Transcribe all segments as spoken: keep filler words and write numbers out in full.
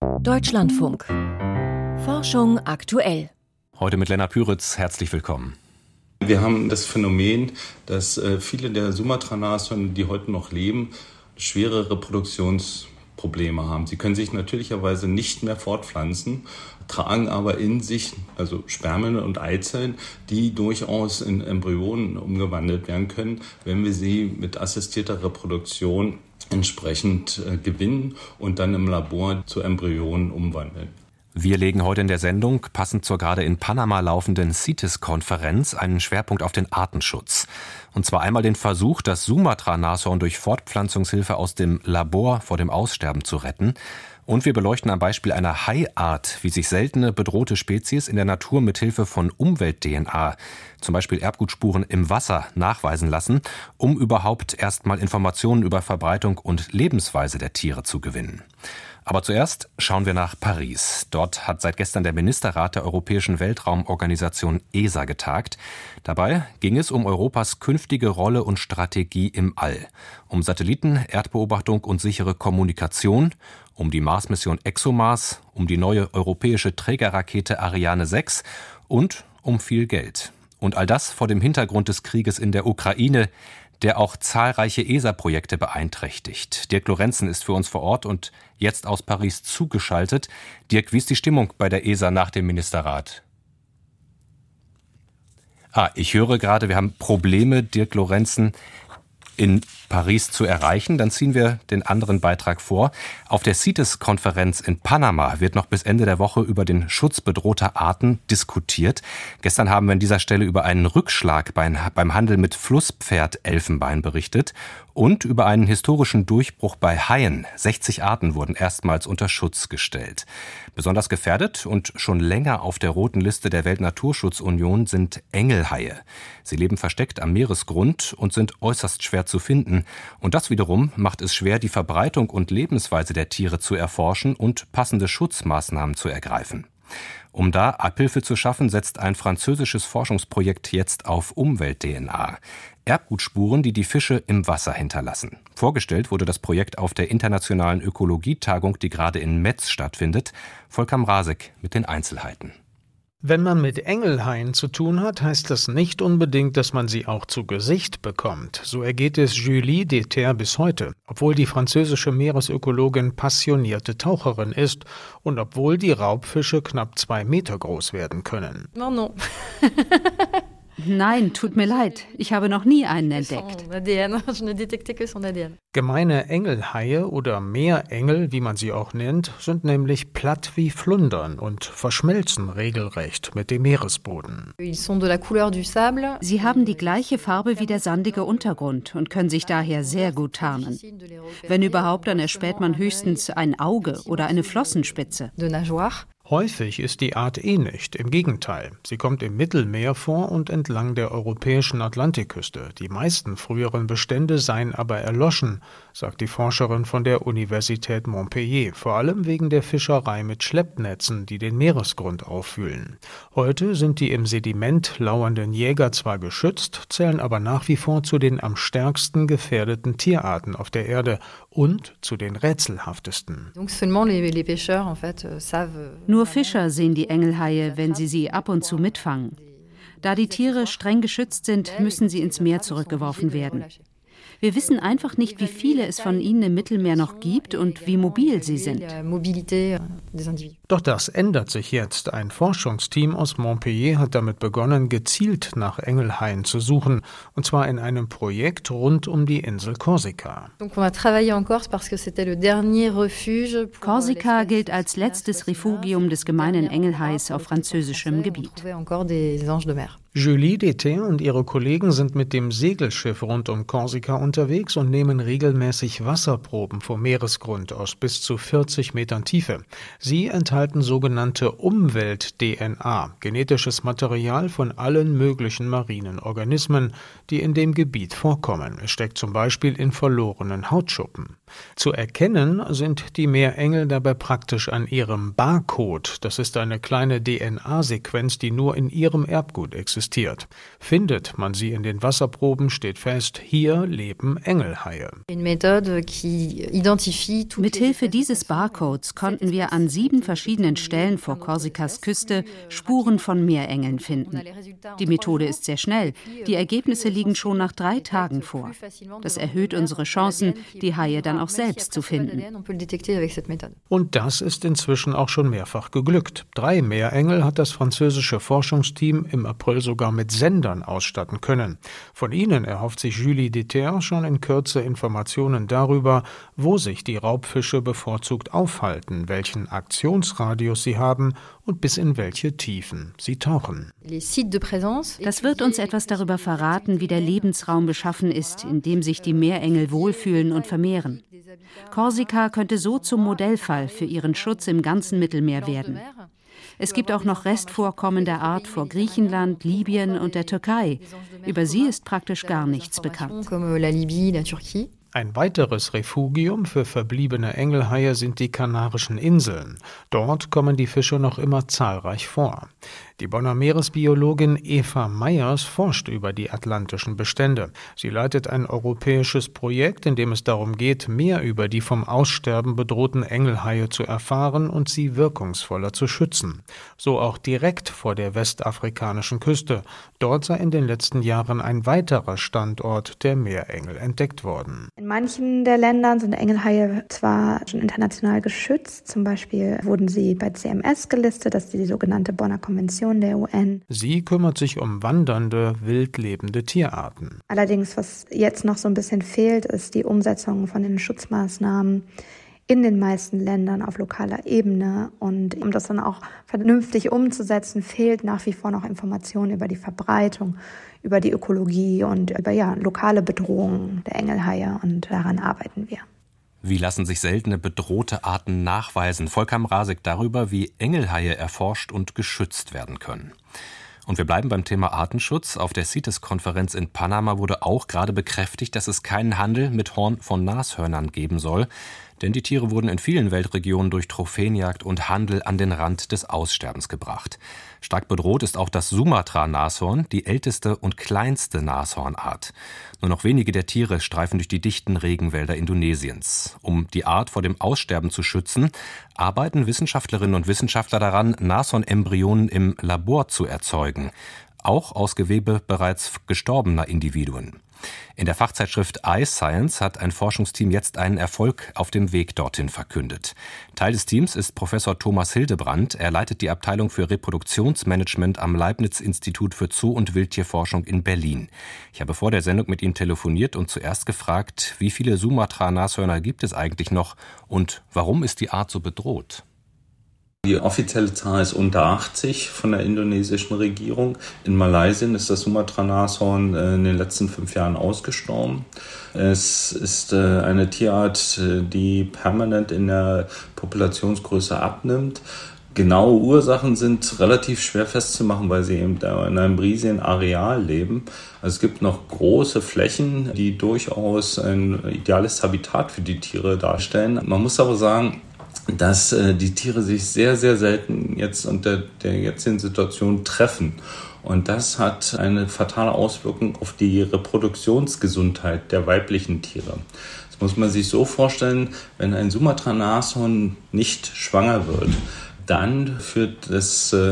Deutschlandfunk. Forschung aktuell. Heute mit Lennart Püritz, herzlich willkommen. Wir haben das Phänomen, dass viele der Sumatra-Nashörner, die heute noch leben, schwere Reproduktionsprobleme haben. Sie können sich natürlicherweise nicht mehr fortpflanzen, tragen aber in sich also Spermien und Eizellen, die durchaus in Embryonen umgewandelt werden können, wenn wir sie mit assistierter Reproduktion entsprechend äh, gewinnen und dann im Labor zu Embryonen umwandeln. Wir legen heute in der Sendung, passend zur gerade in Panama laufenden CITES-Konferenz, einen Schwerpunkt auf den Artenschutz. Und zwar einmal den Versuch, das Sumatra-Nashorn durch Fortpflanzungshilfe aus dem Labor vor dem Aussterben zu retten. Und wir beleuchten am Beispiel einer Haiart, wie sich seltene bedrohte Spezies in der Natur mit Hilfe von Umwelt-D N A, zum Beispiel Erbgutspuren im Wasser, nachweisen lassen, um überhaupt erstmal Informationen über Verbreitung und Lebensweise der Tiere zu gewinnen. Aber zuerst schauen wir nach Paris. Dort hat seit gestern der Ministerrat der Europäischen Weltraumorganisation E S A getagt. Dabei ging es um Europas künftige Rolle und Strategie im All, um Satelliten, Erdbeobachtung und sichere Kommunikation, um die Mars-Mission ExoMars, um die neue europäische Trägerrakete Ariane sechs und um viel Geld. Und all das vor dem Hintergrund des Krieges in der Ukraine, der auch zahlreiche E S A-Projekte beeinträchtigt. Dirk Lorenzen ist für uns vor Ort und jetzt aus Paris zugeschaltet. Dirk, wie ist die Stimmung bei der E S A nach dem Ministerrat? Ah, ich höre gerade, wir haben Probleme, Dirk Lorenzen in Paris zu erreichen. Dann ziehen wir den anderen Beitrag vor. Auf der CITES-Konferenz in Panama wird noch bis Ende der Woche über den Schutz bedrohter Arten diskutiert. Gestern haben wir an dieser Stelle über einen Rückschlag beim Handel mit Flusspferd-Elfenbein berichtet und über einen historischen Durchbruch bei Haien. sechzig Arten wurden erstmals unter Schutz gestellt. Besonders gefährdet und schon länger auf der roten Liste der Weltnaturschutzunion sind Engelhaie. Sie leben versteckt am Meeresgrund und sind äußerst schwer zu finden. Und das wiederum macht es schwer, die Verbreitung und Lebensweise der Tiere zu erforschen und passende Schutzmaßnahmen zu ergreifen. Um da Abhilfe zu schaffen, setzt ein französisches Forschungsprojekt jetzt auf Umwelt-D N A. Erbgutspuren, die die Fische im Wasser hinterlassen. Vorgestellt wurde das Projekt auf der internationalen Ökologietagung, die gerade in Metz stattfindet. Volker Mrazek mit den Einzelheiten. Wenn man mit Engelhaien zu tun hat, heißt das nicht unbedingt, dass man sie auch zu Gesicht bekommt. So ergeht es Julie Deter bis heute, obwohl die französische Meeresökologin passionierte Taucherin ist und obwohl die Raubfische knapp zwei Meter groß werden können. Non, non. Nein, tut mir leid. Ich habe noch nie einen entdeckt. Gemeine Engelhaie oder Meerengel, wie man sie auch nennt, sind nämlich platt wie Flundern und verschmelzen regelrecht mit dem Meeresboden. Sie haben die gleiche Farbe wie der sandige Untergrund und können sich daher sehr gut tarnen. Wenn überhaupt, dann erspäht man höchstens ein Auge oder eine Flossenspitze. Häufig ist die Art eh nicht, im Gegenteil. Sie kommt im Mittelmeer vor und entlang der europäischen Atlantikküste. Die meisten früheren Bestände seien aber erloschen, sagt die Forscherin von der Universität Montpellier, vor allem wegen der Fischerei mit Schleppnetzen, die den Meeresgrund aufwühlen. Heute sind die im Sediment lauernden Jäger zwar geschützt, zählen aber nach wie vor zu den am stärksten gefährdeten Tierarten auf der Erde und zu den rätselhaftesten. Nur Fischer sehen die Engelhaie, wenn sie sie ab und zu mitfangen. Da die Tiere streng geschützt sind, müssen sie ins Meer zurückgeworfen werden. Wir wissen einfach nicht, wie viele es von ihnen im Mittelmeer noch gibt und wie mobil sie sind. Doch das ändert sich jetzt. Ein Forschungsteam aus Montpellier hat damit begonnen, gezielt nach Engelhaien zu suchen, und zwar in einem Projekt rund um die Insel Korsika. Korsika gilt als letztes Refugium des gemeinen Engelhais auf französischem Gebiet. Julie Deter und ihre Kollegen sind mit dem Segelschiff rund um Korsika unterwegs und nehmen regelmäßig Wasserproben vom Meeresgrund aus bis zu vierzig Metern Tiefe. Sie enthalten sogenannte Umwelt-D N A, genetisches Material von allen möglichen marinen Organismen, die in dem Gebiet vorkommen. Es steckt zum Beispiel in verlorenen Hautschuppen. Zu erkennen sind die Meerengel dabei praktisch an ihrem Barcode. Das ist eine kleine D N A-Sequenz, die nur in ihrem Erbgut existiert. existiert. Findet man sie in den Wasserproben, steht fest, hier leben Engelhaie. Mithilfe dieses Barcodes konnten wir an sieben verschiedenen Stellen vor Korsikas Küste Spuren von Meerengeln finden. Die Methode ist sehr schnell. Die Ergebnisse liegen schon nach drei Tagen vor. Das erhöht unsere Chancen, die Haie dann auch selbst zu finden. Und das ist inzwischen auch schon mehrfach geglückt. Drei Meerengel hat das französische Forschungsteam im April sogar mit Sendern ausstatten können. Von ihnen erhofft sich Julie Deter schon in Kürze Informationen darüber, wo sich die Raubfische bevorzugt aufhalten, welchen Aktionsradius sie haben und bis in welche Tiefen sie tauchen. Das wird uns etwas darüber verraten, wie der Lebensraum beschaffen ist, in dem sich die Meerengel wohlfühlen und vermehren. Korsika könnte so zum Modellfall für ihren Schutz im ganzen Mittelmeer werden. Es gibt auch noch Restvorkommen der Art vor Griechenland, Libyen und der Türkei. Über sie ist praktisch gar nichts bekannt. Ein weiteres Refugium für verbliebene Engelhaie sind die Kanarischen Inseln. Dort kommen die Fische noch immer zahlreich vor. Die Bonner Meeresbiologin Eva Meyers forscht über die atlantischen Bestände. Sie leitet ein europäisches Projekt, in dem es darum geht, mehr über die vom Aussterben bedrohten Engelhaie zu erfahren und sie wirkungsvoller zu schützen. So auch direkt vor der westafrikanischen Küste. Dort sei in den letzten Jahren ein weiterer Standort der Meerengel entdeckt worden. In manchen der Ländern sind Engelhaie zwar schon international geschützt, zum Beispiel wurden sie bei C M S gelistet, das ist die sogenannte Bonner Konvention der U N. Sie kümmert sich um wandernde, wildlebende Tierarten. Allerdings, was jetzt noch so ein bisschen fehlt, ist die Umsetzung von den Schutzmaßnahmen in den meisten Ländern auf lokaler Ebene. Und um das dann auch vernünftig umzusetzen, fehlt nach wie vor noch Informationen über die Verbreitung, über die Ökologie und über ja, lokale Bedrohungen der Engelhaie. Und daran arbeiten wir. Wie lassen sich seltene bedrohte Arten nachweisen? Volker Mrazek darüber, wie Engelhaie erforscht und geschützt werden können. Und wir bleiben beim Thema Artenschutz. Auf der CITES-Konferenz in Panama wurde auch gerade bekräftigt, dass es keinen Handel mit Horn von Nashörnern geben soll. Denn die Tiere wurden in vielen Weltregionen durch Trophäenjagd und Handel an den Rand des Aussterbens gebracht. Stark bedroht ist auch das Sumatra-Nashorn, die älteste und kleinste Nashornart. Nur noch wenige der Tiere streifen durch die dichten Regenwälder Indonesiens. Um die Art vor dem Aussterben zu schützen, arbeiten Wissenschaftlerinnen und Wissenschaftler daran, Nashornembryonen im Labor zu erzeugen. Auch aus Gewebe bereits gestorbener Individuen. In der Fachzeitschrift iScience hat ein Forschungsteam jetzt einen Erfolg auf dem Weg dorthin verkündet. Teil des Teams ist Professor Thomas Hildebrand. Er leitet die Abteilung für Reproduktionsmanagement am Leibniz-Institut für Zoo- und Wildtierforschung in Berlin. Ich habe vor der Sendung mit ihm telefoniert und zuerst gefragt, wie viele Sumatra-Nashörner gibt es eigentlich noch und warum ist die Art so bedroht? Die offizielle Zahl ist unter achtzig von der indonesischen Regierung. In Malaysia ist das Sumatra-Nashorn in den letzten fünf Jahren ausgestorben. Es ist eine Tierart, die permanent in der Populationsgröße abnimmt. Genaue Ursachen sind relativ schwer festzumachen, weil sie eben in einem riesigen Areal leben. Also es gibt noch große Flächen, die durchaus ein ideales Habitat für die Tiere darstellen. Man muss aber sagen, dass äh, die Tiere sich sehr, sehr selten jetzt unter der jetzigen Situation treffen. Und das hat eine fatale Auswirkung auf die Reproduktionsgesundheit der weiblichen Tiere. Das muss man sich so vorstellen, wenn ein Sumatra-Nashorn nicht schwanger wird, dann führt das äh,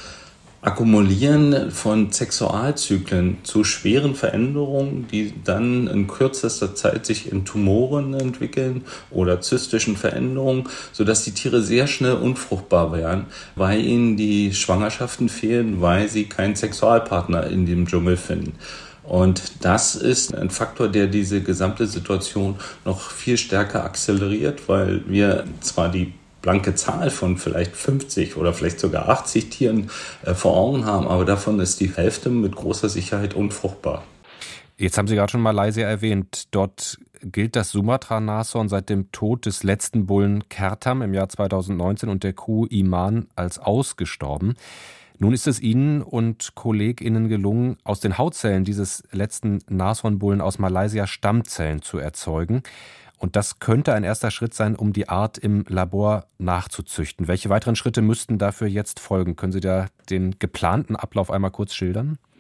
Akkumulieren von Sexualzyklen zu schweren Veränderungen, die dann in kürzester Zeit sich in Tumoren entwickeln oder zystischen Veränderungen, sodass die Tiere sehr schnell unfruchtbar werden, weil ihnen die Schwangerschaften fehlen, weil sie keinen Sexualpartner in dem Dschungel finden. Und das ist ein Faktor, der diese gesamte Situation noch viel stärker akzeleriert, weil wir zwar die blanke Zahl von vielleicht fünfzig oder vielleicht sogar achtzig Tieren äh, vor Augen haben, aber davon ist die Hälfte mit großer Sicherheit unfruchtbar. Jetzt haben Sie gerade schon Malaysia erwähnt. Dort gilt das Sumatra-Nashorn seit dem Tod des letzten Bullen Kertam im Jahr zweitausendneunzehn und der Kuh Iman als ausgestorben. Nun ist es Ihnen und KollegInnen gelungen, aus den Hautzellen dieses letzten Nashornbullen aus Malaysia Stammzellen zu erzeugen. Und das könnte ein erster Schritt sein, um die Art im Labor nachzuzüchten. Welche weiteren Schritte müssten dafür jetzt folgen? Können Sie da den geplanten Ablauf einmal kurz schildern?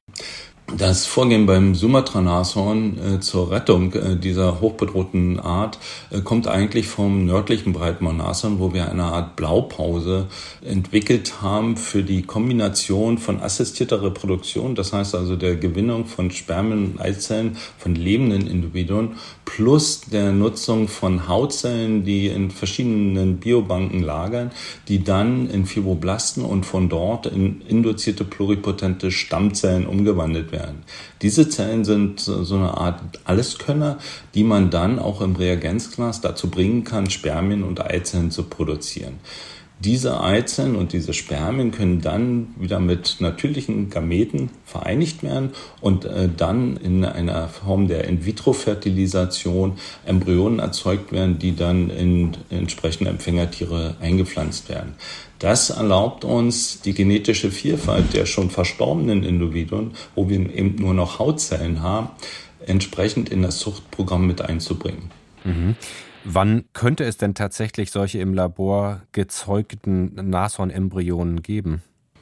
Das Vorgehen beim Sumatra-Nashorn äh, zur Rettung äh, dieser hochbedrohten Art äh, kommt eigentlich vom nördlichen Breitmaul-Nashorn, wo wir eine Art Blaupause entwickelt haben für die Kombination von assistierter Reproduktion, das heißt also der Gewinnung von Spermien und Eizellen von lebenden Individuen, plus der Nutzung von Hautzellen, die in verschiedenen Biobanken lagern, die dann in Fibroblasten und von dort in induzierte pluripotente Stammzellen umgewandelt werden. Diese Zellen sind so eine Art Alleskönner, die man dann auch im Reagenzglas dazu bringen kann, Spermien und Eizellen zu produzieren. Diese Eizellen und diese Spermien können dann wieder mit natürlichen Gameten vereinigt werden und äh, dann in einer Form der In-vitro-Fertilisation Embryonen erzeugt werden, die dann in entsprechende Empfängertiere eingepflanzt werden. Das erlaubt uns, die genetische Vielfalt der schon verstorbenen Individuen, wo wir eben nur noch Hautzellen haben, entsprechend in das Zuchtprogramm mit einzubringen. Mhm. Wann könnte es denn tatsächlich solche im Labor gezeugten Nashornembryonen geben?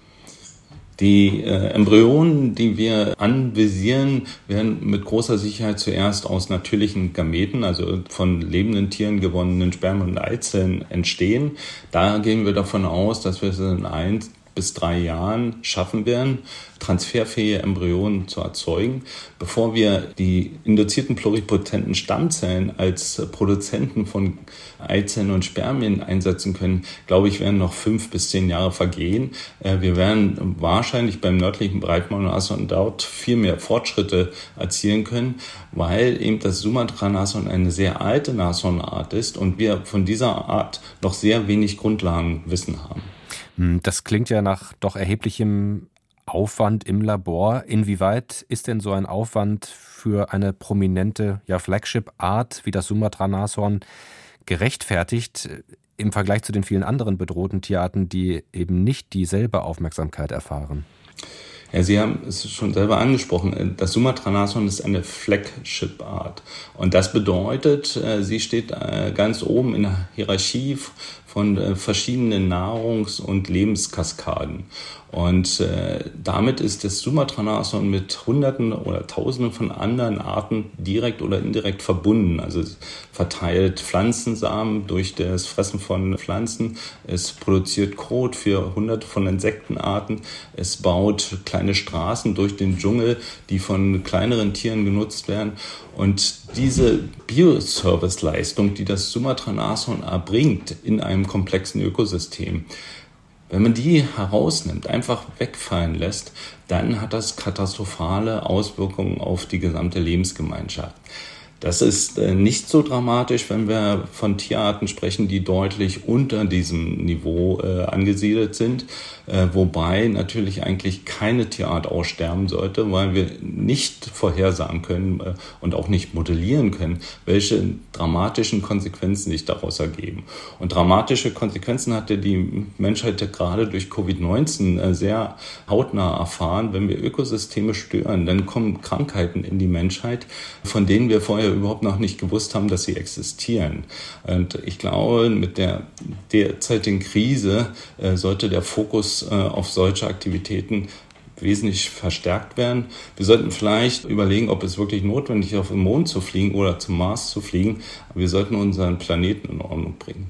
Die äh, Embryonen, die wir anvisieren, werden mit großer Sicherheit zuerst aus natürlichen Gameten, also von lebenden Tieren gewonnenen Spermien und Eizellen entstehen. Da gehen wir davon aus, dass wir es in ein bis drei Jahren schaffen werden, transferfähige Embryonen zu erzeugen. Bevor wir die induzierten pluripotenten Stammzellen als Produzenten von Eizellen und Spermien einsetzen können, glaube ich, werden noch fünf bis zehn Jahre vergehen. Wir werden wahrscheinlich beim nördlichen Breitmaul-Nashorn dort viel mehr Fortschritte erzielen können, weil eben das Sumatra-Nashorn eine sehr alte Nashornart ist und wir von dieser Art noch sehr wenig Grundlagenwissen haben. Das klingt ja nach doch erheblichem Aufwand im Labor. Inwieweit ist denn so ein Aufwand für eine prominente ja, Flagship-Art wie das Sumatra-Nashorn gerechtfertigt im Vergleich zu den vielen anderen bedrohten Tierarten, die eben nicht dieselbe Aufmerksamkeit erfahren? Ja, Sie haben es schon selber angesprochen. Das Sumatra-Nashorn ist eine Flagship-Art. Und das bedeutet, sie steht ganz oben in der Hierarchie von verschiedenen Nahrungs- und Lebenskaskaden. Und äh, damit ist das Sumatra-Nashorn mit Hunderten oder Tausenden von anderen Arten direkt oder indirekt verbunden. Also es verteilt Pflanzensamen durch das Fressen von Pflanzen. Es produziert Kot für Hunderte von Insektenarten. Es baut kleine Straßen durch den Dschungel, die von kleineren Tieren genutzt werden. Und diese Bioservice-Leistung, die das Sumatra-Nashorn erbringt in einem komplexen Ökosystem, wenn man die herausnimmt, einfach wegfallen lässt, dann hat das katastrophale Auswirkungen auf die gesamte Lebensgemeinschaft. Das ist nicht so dramatisch, wenn wir von Tierarten sprechen, die deutlich unter diesem Niveau äh, angesiedelt sind, äh, wobei natürlich eigentlich keine Tierart aussterben sollte, weil wir nicht vorhersagen können äh, und auch nicht modellieren können, welche dramatischen Konsequenzen sich daraus ergeben. Und dramatische Konsequenzen hatte die Menschheit gerade durch Covid neunzehn äh, sehr hautnah erfahren. Wenn wir Ökosysteme stören, dann kommen Krankheiten in die Menschheit, von denen wir vorher überhaupt noch nicht gewusst haben, dass sie existieren. Und ich glaube, mit der derzeitigen Krise äh, sollte der Fokus äh, auf solche Aktivitäten wesentlich verstärkt werden. Wir sollten vielleicht überlegen, ob es wirklich notwendig ist, auf den Mond zu fliegen oder zum Mars zu fliegen. Aber wir sollten unseren Planeten in Ordnung bringen.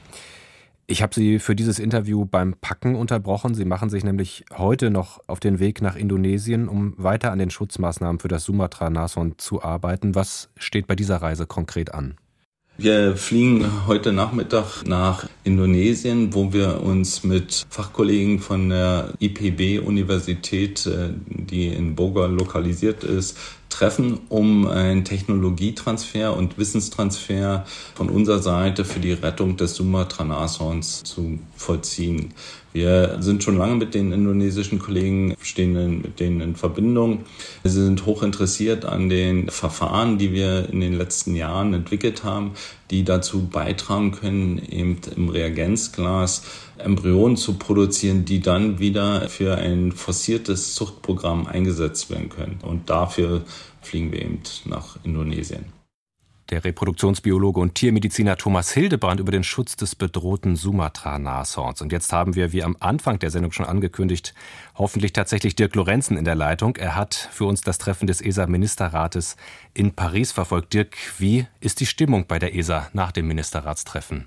Ich habe Sie für dieses Interview beim Packen unterbrochen. Sie machen sich nämlich heute noch auf den Weg nach Indonesien, um weiter an den Schutzmaßnahmen für das Sumatra-Nashorn zu arbeiten. Was steht bei dieser Reise konkret an? Wir fliegen heute Nachmittag nach Indonesien, wo wir uns mit Fachkollegen von der I P B-Universität, die in Bogor lokalisiert ist, treffen, um einen Technologietransfer und Wissenstransfer von unserer Seite für die Rettung des Sumatra-Nashorns zu vollziehen. Wir sind schon lange mit den indonesischen Kollegen, stehen mit denen in Verbindung. Sie sind hoch interessiert an den Verfahren, die wir in den letzten Jahren entwickelt haben, die dazu beitragen können, eben im Reagenzglas Embryonen zu produzieren, die dann wieder für ein forciertes Zuchtprogramm eingesetzt werden können. Und dafür fliegen wir eben nach Indonesien. Der Reproduktionsbiologe und Tiermediziner Thomas Hildebrand über den Schutz des bedrohten Sumatra-Nashorns. Und jetzt haben wir, wie am Anfang der Sendung schon angekündigt, hoffentlich tatsächlich Dirk Lorenzen in der Leitung. Er hat für uns das Treffen des E S A-Ministerrates in Paris verfolgt. Dirk, wie ist die Stimmung bei der E S A nach dem Ministerratstreffen?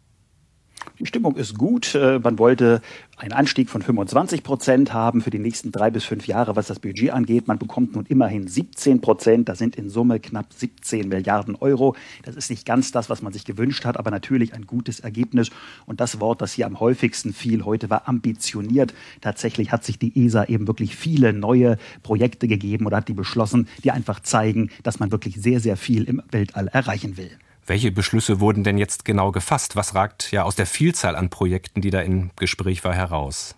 Die Stimmung ist gut. Man wollte einen Anstieg von fünfundzwanzig Prozent haben für die nächsten drei bis fünf Jahre, was das Budget angeht. Man bekommt nun immerhin siebzehn Prozent. Das sind in Summe knapp siebzehn Milliarden Euro. Das ist nicht ganz das, was man sich gewünscht hat, aber natürlich ein gutes Ergebnis. Und das Wort, das hier am häufigsten fiel heute, war ambitioniert. Tatsächlich hat sich die E S A eben wirklich viele neue Projekte gegeben oder hat die beschlossen, die einfach zeigen, dass man wirklich sehr, sehr viel im Weltall erreichen will. Welche Beschlüsse wurden denn jetzt genau gefasst? Was ragt ja aus der Vielzahl an Projekten, die da im Gespräch war, heraus?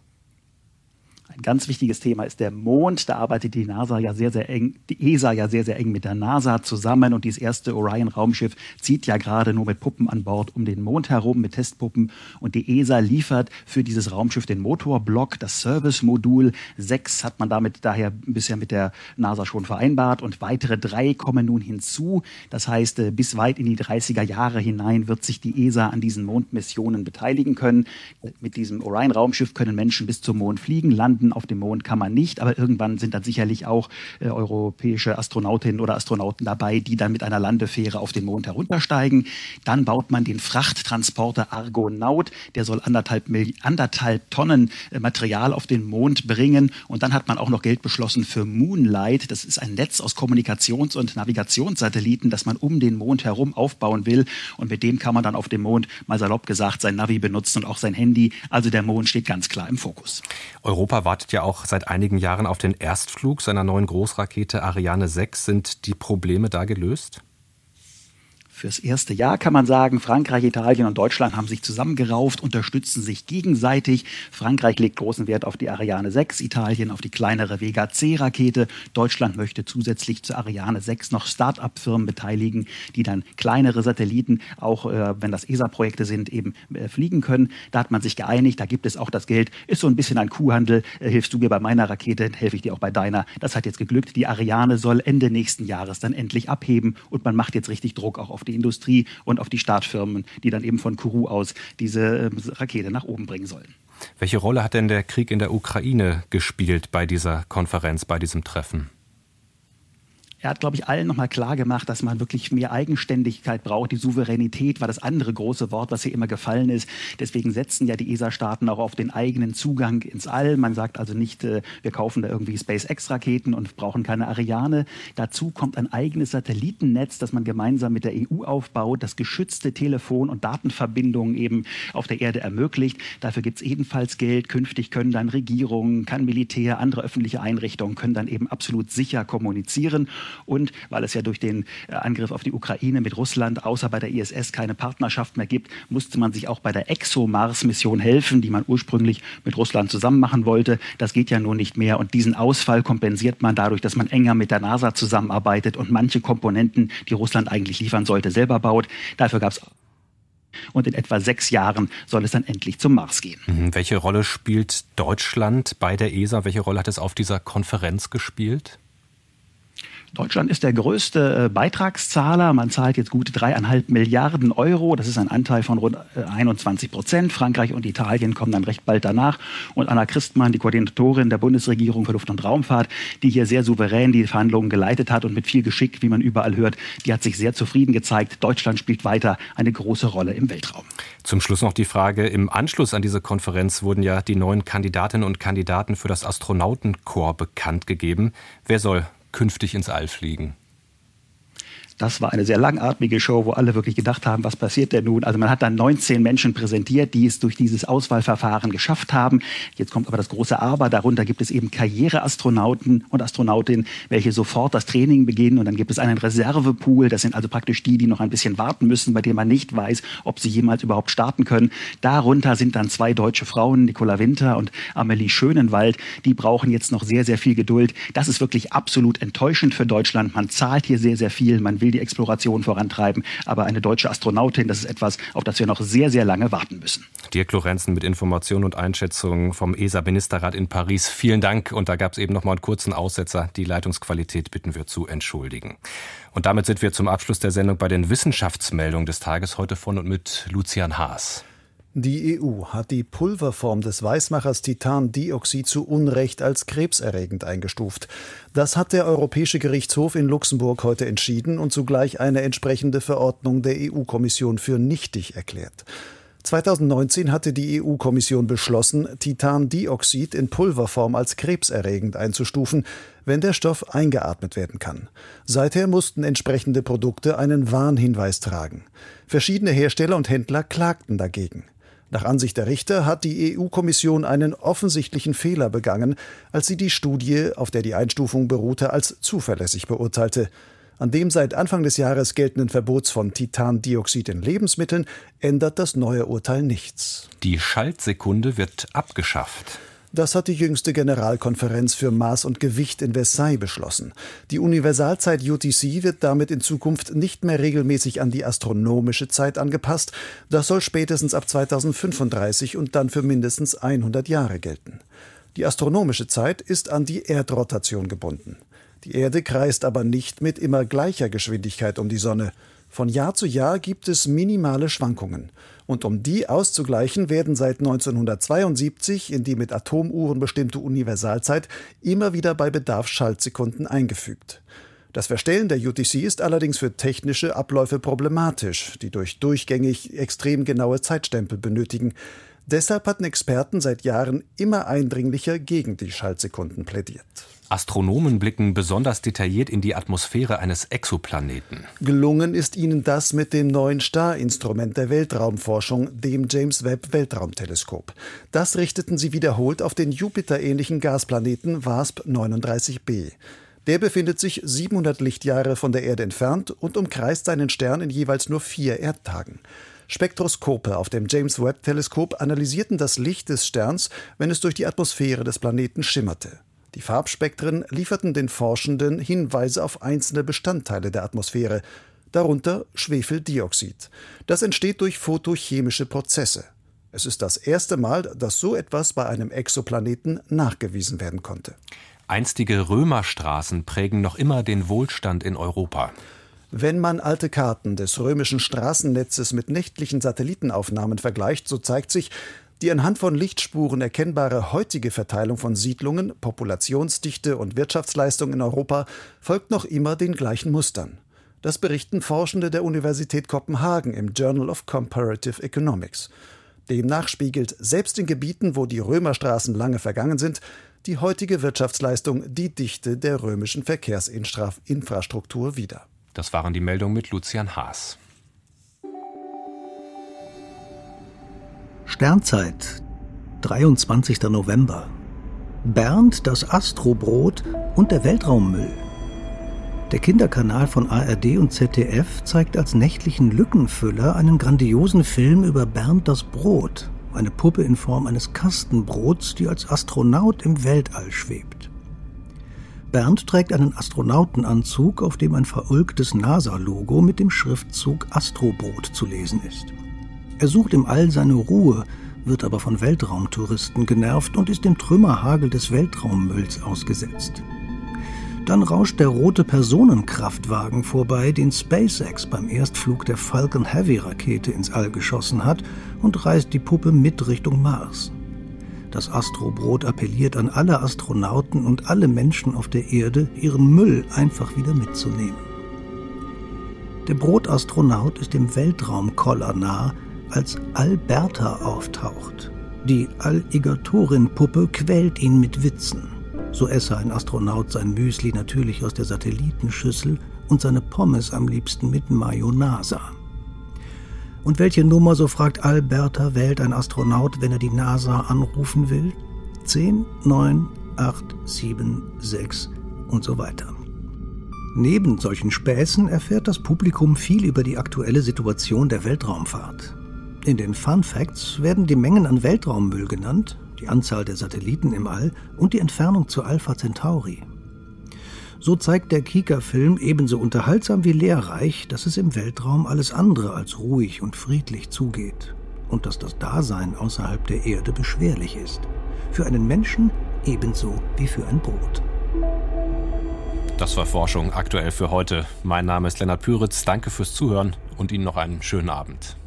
Ein ganz wichtiges Thema ist der Mond. Da arbeitet die NASA ja sehr, sehr eng, die E S A ja sehr, sehr eng mit der NASA zusammen. Und dieses erste Orion-Raumschiff zieht ja gerade nur mit Puppen an Bord um den Mond herum, mit Testpuppen. Und die E S A liefert für dieses Raumschiff den Motorblock, das Service-Modul sechs hat man damit daher bisher mit der NASA schon vereinbart. Und weitere drei kommen nun hinzu. Das heißt, bis weit in die dreißiger Jahre hinein wird sich die E S A an diesen Mondmissionen beteiligen können. Mit diesem Orion-Raumschiff können Menschen bis zum Mond fliegen, landen. Auf dem Mond kann man nicht, aber irgendwann sind dann sicherlich auch äh, europäische Astronautinnen oder Astronauten dabei, die dann mit einer Landefähre auf den Mond heruntersteigen. Dann baut man den Frachttransporter Argonaut, der soll anderthalb, Milli- anderthalb Tonnen äh, Material auf den Mond bringen. Und dann hat man auch noch Geld beschlossen für Moonlight. Das ist ein Netz aus Kommunikations- und Navigationssatelliten, das man um den Mond herum aufbauen will. Und mit dem kann man dann auf dem Mond, mal salopp gesagt, sein Navi benutzen und auch sein Handy. Also der Mond steht ganz klar im Fokus. Europa wartet ja auch seit einigen Jahren auf den Erstflug seiner neuen Großrakete Ariane sechs. Sind die Probleme da gelöst? Fürs erste Jahr kann man sagen, Frankreich, Italien und Deutschland haben sich zusammengerauft, unterstützen sich gegenseitig. Frankreich legt großen Wert auf die Ariane sechs, Italien auf die kleinere Vega C-Rakete. Deutschland möchte zusätzlich zur Ariane sechs noch Start-up-Firmen beteiligen, die dann kleinere Satelliten, auch äh, wenn das E S A-Projekte sind, eben äh, fliegen können. Da hat man sich geeinigt, da gibt es auch das Geld. Ist so ein bisschen ein Kuhhandel. Äh, hilfst du mir bei meiner Rakete, helfe ich dir auch bei deiner. Das hat jetzt geglückt. Die Ariane soll Ende nächsten Jahres dann endlich abheben und man macht jetzt richtig Druck auch auf die Industrie und auf die Startfirmen, die dann eben von Kourou aus diese äh, Rakete nach oben bringen sollen. Welche Rolle hat denn der Krieg in der Ukraine gespielt bei dieser Konferenz, bei diesem Treffen? Er hat, glaube ich, allen nochmal klar gemacht, dass man wirklich mehr Eigenständigkeit braucht. Die Souveränität war das andere große Wort, was hier immer gefallen ist. Deswegen setzen ja die E S A-Staaten auch auf den eigenen Zugang ins All. Man sagt also nicht, äh, wir kaufen da irgendwie SpaceX-Raketen und brauchen keine Ariane. Dazu kommt ein eigenes Satellitennetz, das man gemeinsam mit der E U aufbaut, das geschützte Telefon- und Datenverbindungen eben auf der Erde ermöglicht. Dafür gibt es ebenfalls Geld. Künftig können dann Regierungen, kann Militär, andere öffentliche Einrichtungen können dann eben absolut sicher kommunizieren. Und weil es ja durch den Angriff auf die Ukraine mit Russland außer bei der I S S keine Partnerschaft mehr gibt, musste man sich auch bei der ExoMars-Mission helfen, die man ursprünglich mit Russland zusammen machen wollte. Das geht ja nun nicht mehr. Und diesen Ausfall kompensiert man dadurch, dass man enger mit der NASA zusammenarbeitet und manche Komponenten, die Russland eigentlich liefern sollte, selber baut. Dafür gab es und in etwa sechs Jahren soll es dann endlich zum Mars gehen. Mhm. Welche Rolle spielt Deutschland bei der E S A? Welche Rolle hat es auf dieser Konferenz gespielt? Deutschland ist der größte Beitragszahler. Man zahlt jetzt gut dreieinhalb Milliarden Euro. Das ist ein Anteil von rund einundzwanzig Prozent. Frankreich und Italien kommen dann recht bald danach. Und Anna Christmann, die Koordinatorin der Bundesregierung für Luft- und Raumfahrt, die hier sehr souverän die Verhandlungen geleitet hat und mit viel Geschick, wie man überall hört, die hat sich sehr zufrieden gezeigt. Deutschland spielt weiter eine große Rolle im Weltraum. Zum Schluss noch die Frage, im Anschluss an diese Konferenz wurden ja die neuen Kandidatinnen und Kandidaten für das Astronautenkorps bekannt gegeben. Wer soll künftig ins All fliegen? Das war eine sehr langatmige Show, wo alle wirklich gedacht haben, was passiert denn nun? Also man hat dann neunzehn Menschen präsentiert, die es durch dieses Auswahlverfahren geschafft haben. Jetzt kommt aber das große Aber. Darunter gibt es eben Karriereastronauten und Astronautinnen, welche sofort das Training beginnen. Und dann gibt es einen Reservepool. Das sind also praktisch die, die noch ein bisschen warten müssen, bei denen man nicht weiß, ob sie jemals überhaupt starten können. Darunter sind dann zwei deutsche Frauen, Nicola Winter und Amelie Schönenwald. Die brauchen jetzt noch sehr, sehr viel Geduld. Das ist wirklich absolut enttäuschend für Deutschland. Man zahlt hier sehr, sehr viel. Man will die Exploration vorantreiben. Aber eine deutsche Astronautin, das ist etwas, auf das wir noch sehr, sehr lange warten müssen. Dirk Lorenzen mit Informationen und Einschätzungen vom E S A-Ministerrat in Paris. Vielen Dank. Und da gab es eben noch mal einen kurzen Aussetzer. Die Leitungsqualität bitten wir zu entschuldigen. Und damit sind wir zum Abschluss der Sendung bei den Wissenschaftsmeldungen des Tages. Heute von und mit Lucian Haas. Die E U hat die Pulverform des Weißmachers Titandioxid zu Unrecht als krebserregend eingestuft. Das hat der Europäische Gerichtshof in Luxemburg heute entschieden und zugleich eine entsprechende Verordnung der E U-Kommission für nichtig erklärt. zweitausendneunzehn hatte die E U-Kommission beschlossen, Titandioxid in Pulverform als krebserregend einzustufen, wenn der Stoff eingeatmet werden kann. Seither mussten entsprechende Produkte einen Warnhinweis tragen. Verschiedene Hersteller und Händler klagten dagegen. Nach Ansicht der Richter hat die E U-Kommission einen offensichtlichen Fehler begangen, als sie die Studie, auf der die Einstufung beruhte, als zuverlässig beurteilte. An dem seit Anfang des Jahres geltenden Verbots von Titandioxid in Lebensmitteln ändert das neue Urteil nichts. Die Schaltsekunde wird abgeschafft. Das hat die jüngste Generalkonferenz für Maß und Gewicht in Versailles beschlossen. Die Universalzeit U T C wird damit in Zukunft nicht mehr regelmäßig an die astronomische Zeit angepasst. Das soll spätestens ab zweitausendfünfunddreißig und dann für mindestens hundert Jahre gelten. Die astronomische Zeit ist an die Erdrotation gebunden. Die Erde kreist aber nicht mit immer gleicher Geschwindigkeit um die Sonne. Von Jahr zu Jahr gibt es minimale Schwankungen. Und um die auszugleichen, werden seit neunzehnhundertzweiundsiebzig in die mit Atomuhren bestimmte Universalzeit immer wieder bei Bedarf Schaltsekunden eingefügt. Das Verstellen der U T C ist allerdings für technische Abläufe problematisch, die durch durchgängig extrem genaue Zeitstempel benötigen. Deshalb hatten Experten seit Jahren immer eindringlicher gegen die Schaltsekunden plädiert. Astronomen blicken besonders detailliert in die Atmosphäre eines Exoplaneten. Gelungen ist ihnen das mit dem neuen Star-Instrument der Weltraumforschung, dem James-Webb-Weltraumteleskop. Das richteten sie wiederholt auf den Jupiter-ähnlichen Gasplaneten WASP neununddreißig b. Der befindet sich siebenhundert Lichtjahre von der Erde entfernt und umkreist seinen Stern in jeweils nur vier Erdtagen. Spektroskope auf dem James-Webb-Teleskop analysierten das Licht des Sterns, wenn es durch die Atmosphäre des Planeten schimmerte. Die Farbspektren lieferten den Forschenden Hinweise auf einzelne Bestandteile der Atmosphäre, darunter Schwefeldioxid. Das entsteht durch photochemische Prozesse. Es ist das erste Mal, dass so etwas bei einem Exoplaneten nachgewiesen werden konnte. Einstige Römerstraßen prägen noch immer den Wohlstand in Europa. Wenn man alte Karten des römischen Straßennetzes mit nächtlichen Satellitenaufnahmen vergleicht, so zeigt sich, die anhand von Lichtspuren erkennbare heutige Verteilung von Siedlungen, Populationsdichte und Wirtschaftsleistung in Europa folgt noch immer den gleichen Mustern. Das berichten Forschende der Universität Kopenhagen im Journal of Comparative Economics. Demnach spiegelt selbst in Gebieten, wo die Römerstraßen lange vergangen sind, die heutige Wirtschaftsleistung die Dichte der römischen Verkehrsinfrastruktur wider. Das waren die Meldungen mit Lucian Haas. Sternzeit, dreiundzwanzigster November. Bernd, das Astrobrot und der Weltraummüll. Der Kinderkanal von A R D und Z D F zeigt als nächtlichen Lückenfüller einen grandiosen Film über Bernd das Brot, eine Puppe in Form eines Kastenbrots, die als Astronaut im Weltall schwebt. Bernd trägt einen Astronautenanzug, auf dem ein verulgtes NASA-Logo mit dem Schriftzug Astrobrot zu lesen ist. Er sucht im All seine Ruhe, wird aber von Weltraumtouristen genervt und ist dem Trümmerhagel des Weltraummülls ausgesetzt. Dann rauscht der rote Personenkraftwagen vorbei, den SpaceX beim Erstflug der Falcon Heavy-Rakete ins All geschossen hat, und reißt die Puppe mit Richtung Mars. Das Astrobrot appelliert an alle Astronauten und alle Menschen auf der Erde, ihren Müll einfach wieder mitzunehmen. Der Brotastronaut ist dem Weltraumkoller nah, als Alberta auftaucht. Die Alligatorin-Puppe quält ihn mit Witzen. So esse ein Astronaut sein Müsli natürlich aus der Satellitenschüssel und seine Pommes am liebsten mit Mayonnaise. Und welche Nummer, so fragt Alberta, wählt ein Astronaut, wenn er die NASA anrufen will? zehn, neun, acht, sieben, sechs und so weiter. Neben solchen Späßen erfährt das Publikum viel über die aktuelle Situation der Weltraumfahrt. In den Fun Facts werden die Mengen an Weltraummüll genannt, die Anzahl der Satelliten im All und die Entfernung zu Alpha Centauri. So zeigt der Kika-Film ebenso unterhaltsam wie lehrreich, dass es im Weltraum alles andere als ruhig und friedlich zugeht und dass das Dasein außerhalb der Erde beschwerlich ist. Für einen Menschen ebenso wie für ein Brot. Das war Forschung aktuell für heute. Mein Name ist Lennart Püritz. Danke fürs Zuhören und Ihnen noch einen schönen Abend.